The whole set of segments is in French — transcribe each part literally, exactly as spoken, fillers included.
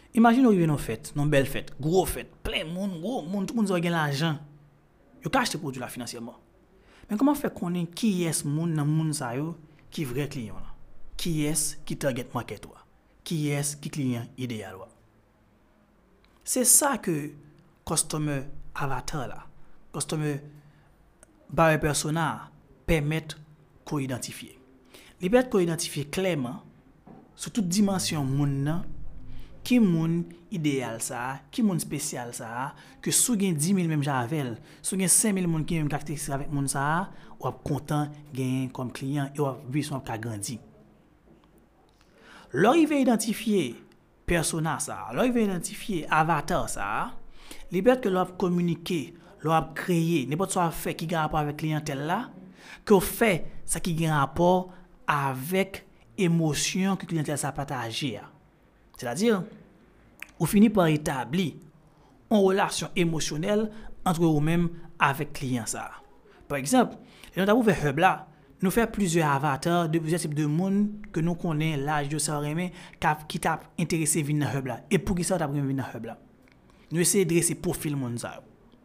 Imagine vous arrivez dans fête, dans belle fête, gros fête, plein de monde, gros monde, tout le monde a gagné l'argent. Vous achetez ce produit là financièrement. Mais comment faire connaître qui est ce monde dans monde ça yo qui vrai client là? Qui est qui target market toi? Qui est qui client idéal là? C'est ça que customer avatar là, customer buyer persona permettent qu'on identifier. Les permettent qu'on identifier clairement sur toute dimension monde nan, qui moun idéal ça, qui moun spécial ça, que sou gen dix mille même javel, sou gen cinq mille moun qui même caractéristique avec moun ça, ou content gain comme client et ou vision ka grandi. L'arrivé identifier persona ça, l'arrivé identifier avatar ça, les permettent que l'on communiquer, l'on créer, n'importe quoi fait qui a rapport avec clientèle là, que fait ça qui a rapport avec émotion que clientèle ça partager. C'est-à-dire, vous finissez par établir une relation émotionnelle entre vous-même avec le client. Ça. Par exemple, nous avons fait Hub là, nous faisons plusieurs avatars de plusieurs types de monde que nous connaissons, l'âge de ça, qui t'a intéressé à venir dans Hub là. Et pour qui ça t'a venir dans Hub là? Nous essayons de dresser profil monde ça.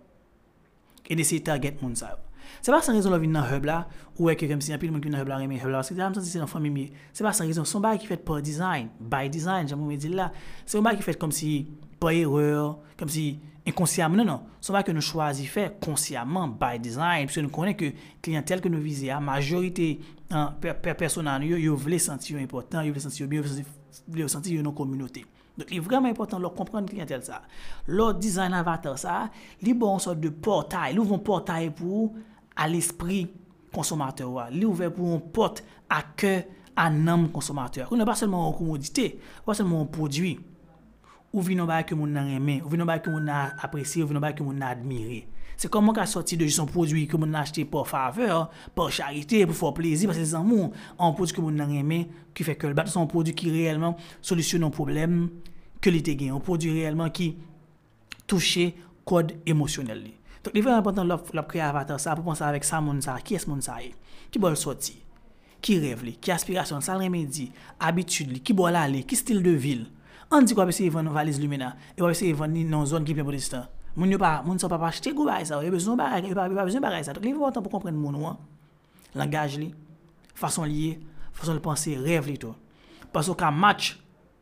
Et d'essayer de target monde ça. C'est pas sans raison de venir dans Hub là, ou est que comme si un peu de monde qui vient dans Hub là, mais Hub là, c'est comme ça c'est dans famille. C'est pas sans raison, son bail qui fait par design, by design, j'aime me dire là. C'est un bail qui fait comme si par erreur, comme si inconsciemment non non. Son bail que nous choisit faire consciemment by design, parce que nous connaissons que clientèle que nous visons, la majorité hein, per, per personnel yo yo veulent sentir important, yo veulent sentir bien, yo veulent sentir dans communauté. Donc, il est vraiment important de comprendre clientèle ça. Leur design avatar ça, il bon une sorte de portail, il ouvre un portail pour à l'esprit consommateur, il ouvre pour une porte à cœur à l'âme consommateur. On n'est pas seulement une commodité, pas seulement un produit. Ou vient un que mon a aimé, ou vient un que mon a apprécié, ou vient un que mon a admiré. C'est comment qu'à sortir de son produit que mon a acheté par faveur, par charité, pour faire plaisir, parce que c'est amour, un produit que mon a aimé, qui fait que le c'est un produit qui réellement solutionne un problème que l'été gagne, un produit réellement qui touche code émotionnel. Donc, il est vraiment important de créer un avatar ça pour penser avec ça, mon ça, qui est ce monde ça, qui va le sortir, qui rêve, qui aspiration, ça remédie, habitude, qui boit l'aller, qui style de ville. On dit qu'on va essayer de vendre une valise Lumina et on va essayer de vendre dans une zone qui est pleine de distance. Moun yo pas, moun so pas acheter go bail ça, il a besoin bail, il a besoin bail ça. Donc il est important pour comprendre moun ou langage li, façon lié, façon de penser, rêve li tout. Parce que match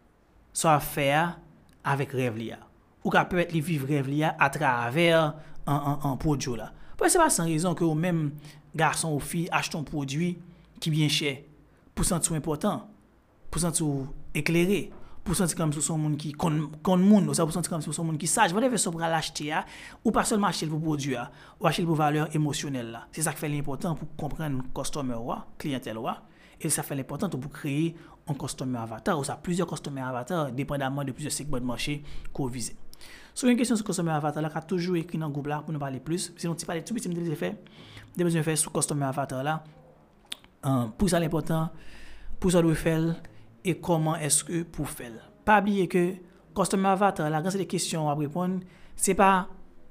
ça faire avec rêve li. Ou ka peut-être li vivre rêve li à travers un un un produit là. Parce que c'est pas sans raison que même garçon ou fille achètent un produit qui bien cher pour sentir important, pour sentir éclairé. Pour sentir comme si son monde qui con monde, ça pour sentir comme si son monde qui sage, vous devez ça pour l'acheter ou pas seulement acheter pour produit ou acheter pour valeur émotionnelle là. C'est ça qui fait l'important pour comprendre customer ou clientèle ou et ça fait l'important pour créer un customer avatar ou ça plusieurs customer avatars dépendamment de plusieurs segments de marché qu'on vise. Sur une question sur customer avatar là, qu'a toujours écrit dans groupe là pour nous parler plus. Sinon tu parler tout petit de faire des besoins faire sur customer avatar là. Euh, pour ça l'important pour ça doit faire et comment est-ce que pour faire. Pas oublier que customer avatar là quand c'est des questions à répondre, c'est pas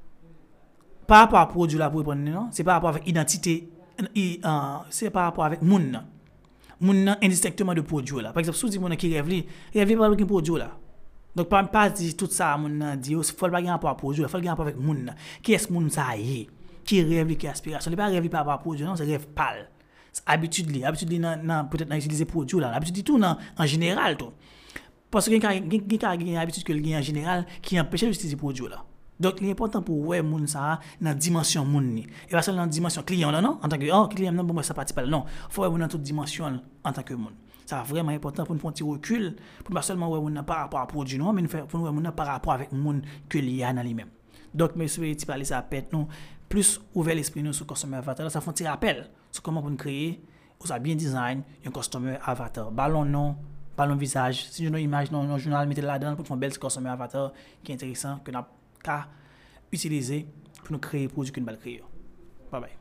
par rapport à produit là pour répondre non, c'est par rapport avec identité euh, c'est par rapport avec moun nan. Moun nan indistinctement de produit là. Par exemple, si vous dites qui rêve li, rêve li pas avec produit là. Donc pas pas dire tout ça moun nan dit, il faut pas gagner rapport à produit, il faut gagner rapport avec moun nan. Qui est-ce moun ça y est? Qui rêve li, qui aspiration, il pas rêve li par rapport à produit non, c'est rêve pâle. Habitude li, habitude li nan, nan peut-être nan utiliser produit là, habitude tout nan en général tout. Parce que quelqu'un qui a une habitude que le en général qui empêche d'utiliser produit là. Donc l'important pour ouais moun ça dans dimension moun ni. Et pas seulement dans dimension client là non en tant que oh client non bon moi ça partie pas non, faut ouais dans toute dimension en tant que moun. Ça vraiment important pour nous prendre un petit recul pour pas seulement ouais moun par rapport à produit non mais pour nous ouais moun par rapport avec moun que li a dans lui-même. Donc monsieur tu parler ça pète non plus ouvert l'esprit nous sur customer avatar ça font un petit rappel sur comment pour nous créer ou ça bien design un customer avatar ballon non ballon visage si une image dans un journal mettez là-dedans pour faire un bel customer avatar qui est intéressant que n'a qu'à utiliser pour nous créer produit que nous va créer. Bye bye.